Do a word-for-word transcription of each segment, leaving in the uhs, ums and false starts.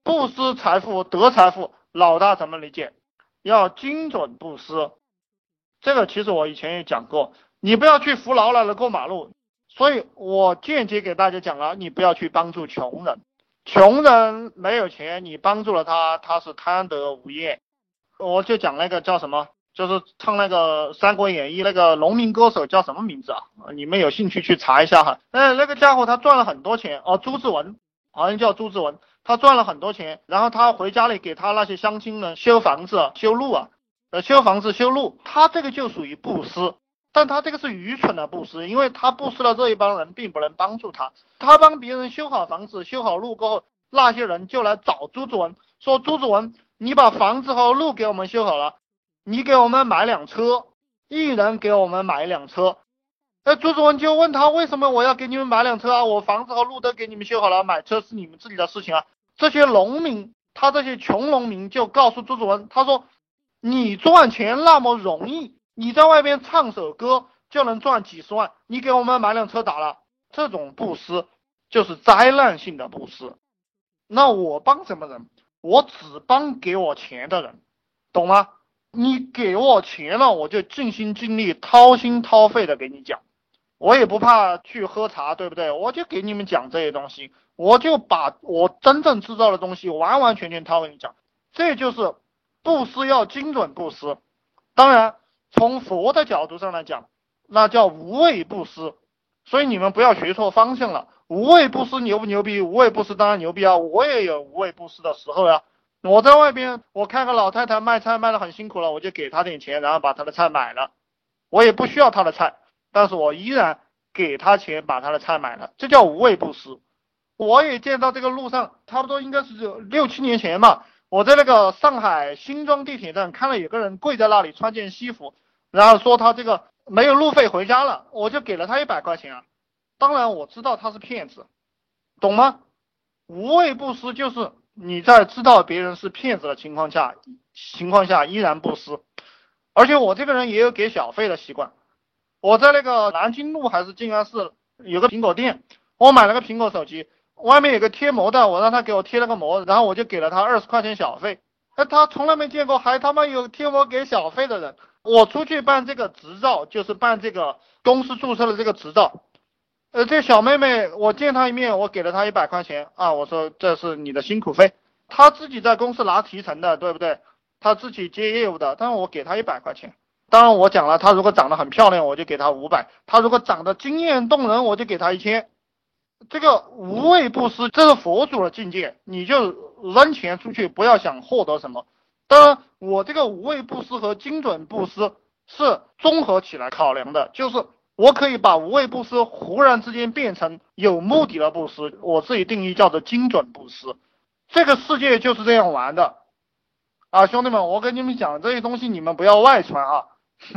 不思财富得财富，老大怎么理解？要精准布施。这个其实我以前也讲过，你不要去扶老奶奶过马路，所以我间接给大家讲了，你不要去帮助穷人，穷人没有钱，你帮助了他，他是贪得无厌。我就讲那个叫什么，就是唱那个《三国演义》那个农民歌手叫什么名字啊？你们有兴趣去查一下哈。那那个家伙他赚了很多钱哦，朱之文，好像叫朱之文，他赚了很多钱，然后他回家里给他那些乡亲们修房子、修路啊，呃，修房子、修路，他这个就属于布施，但他这个是愚蠢的布施，因为他布施了这一帮人，并不能帮助他。他帮别人修好房子、修好路过后，那些人就来找朱之文，说朱之文，你把房子和路给我们修好了，你给我们买辆车，一人给我们买一辆车。那朱之文就问他，为什么我要给你们买辆车啊？我房子和路都给你们修好了，买车是你们自己的事情啊。这些农民，他这些穷农民就告诉朱之文，他说你赚钱那么容易，你在外边唱首歌就能赚几十万，你给我们买辆车打了，这种布施就是灾难性的布施。那我帮什么人？我只帮给我钱的人，懂吗？你给我钱了，我就尽心尽力掏心掏肺的给你讲，我也不怕去喝茶，对不对？我就给你们讲这些东西，我就把我真正知道的东西完完全全掏给你讲。这就是布施，要精准布施。当然从佛的角度上来讲，那叫无畏布施，所以你们不要学错方向了。无畏布施牛不牛逼？无畏布施当然牛逼啊，我也有无畏布施的时候呀。我在外边，我看个老太太卖菜卖得很辛苦了，我就给她点钱，然后把她的菜买了。我也不需要她的菜，但是我依然给她钱把她的菜买了，这叫无畏布施。我也见到这个路上，差不多应该是六七年前嘛，我在那个上海新庄地铁站看到有个人跪在那里穿件西服，然后说他这个没有路费回家了，我就给了他一百块钱啊。当然我知道他是骗子，懂吗？无畏布施就是你在知道别人是骗子的情况下情况下依然布施。而且我这个人也有给小费的习惯。我在那个南京路还是静安寺有个苹果店，我买了个苹果手机，外面有个贴膜的，我让他给我贴了个膜，然后我就给了他二十块钱小费。哎，他从来没见过还他妈有贴膜给小费的人。我出去办这个执照，就是办这个公司注册的这个执照。呃，这小妹妹，我见她一面，我给了她一百块钱啊，我说这是你的辛苦费。她自己在公司拿提成的，对不对？她自己接业务的，但是我给她一百块钱。当然我讲了，她如果长得很漂亮，我就给她五百；她如果长得惊艳动人，我就给她一千。这个无畏布施，这是佛祖的境界，你就扔钱出去，不要想获得什么。当然，我这个无畏布施和精准布施是综合起来考量的，就是我可以把无畏布施忽然之间变成有目的的布施，我自己定义叫做精准布施。这个世界就是这样玩的啊，兄弟们，我跟你们讲这些东西，你们不要外传啊，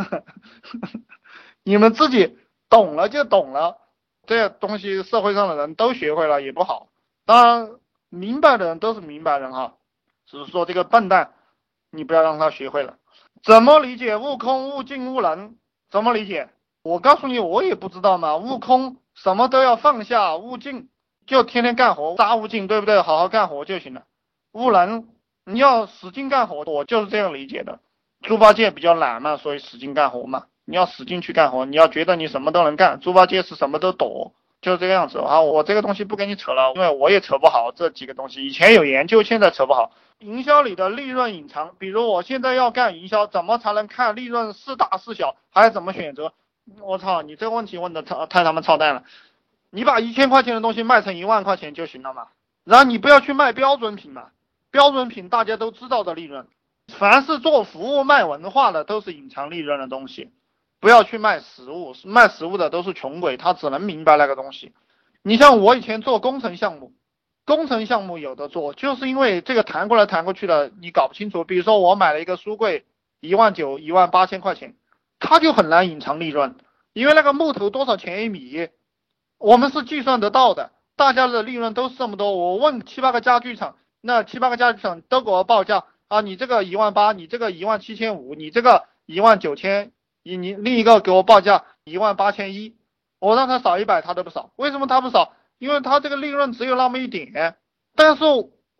你们自己懂了就懂了。这些东西社会上的人都学会了也不好，当然明白的人都是明白人哈，只是说这个笨蛋你不要让他学会了。怎么理解悟空悟净悟能？怎么理解？我告诉你，我也不知道嘛。悟空什么都要放下，悟净就天天干活，杀悟净，对不对？好好干活就行了。悟能你要使劲干活，我就是这样理解的。猪八戒比较懒嘛，所以使劲干活嘛。你要使劲去干活，你要觉得你什么都能干。猪八戒是什么都懂，就是这个样子啊。我这个东西不跟你扯了，因为我也扯不好这几个东西，以前有研究，现在扯不好。营销里的利润隐藏，比如我现在要干营销，怎么才能看利润是大是小，还怎么选择？我操，你这个问题问的太太他妈操蛋了。你把一千块钱的东西卖成一万块钱就行了嘛。然后你不要去卖标准品嘛，标准品大家都知道的利润。凡是做服务卖文化的都是隐藏利润的东西，不要去卖实物，卖实物的都是穷鬼，他只能明白那个东西。你像我以前做工程项目，工程项目有的做，就是因为这个谈过来谈过去的，你搞不清楚。比如说我买了一个书柜，一万九、一万八千块钱，它就很难隐藏利润，因为那个木头多少钱一米，我们是计算得到的，大家的利润都是这么多。我问七八个家具厂，那七八个家具厂都给我报价啊，你这个一万八，你这个一万七千五，你这个一万九千，你你另一个给我报价一万八千一，我让他少一百他都不少。为什么他不少？因为他这个利润只有那么一点，但是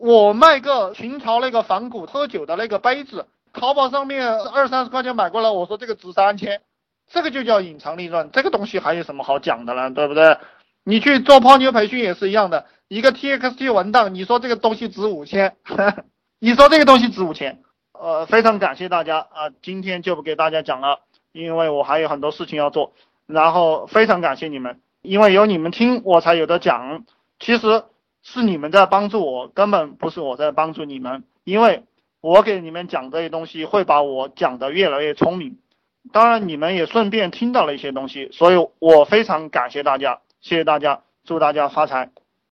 我卖个秦朝那个仿古喝酒的那个杯子，淘宝上面二三十块钱买过来，我说这个值三千，这个就叫隐藏利润，这个东西还有什么好讲的呢？对不对？你去做泡妞培训也是一样的，一个 T X T 文档，你说这个东西值五千，你说这个东西值五千，呃，非常感谢大家啊、呃，今天就不给大家讲了，因为我还有很多事情要做，然后非常感谢你们，因为有你们听我才有的讲，其实是你们在帮助我，根本不是我在帮助你们，因为我给你们讲这些东西会把我讲得越来越聪明，当然你们也顺便听到了一些东西，所以我非常感谢大家，谢谢大家，祝大家发财。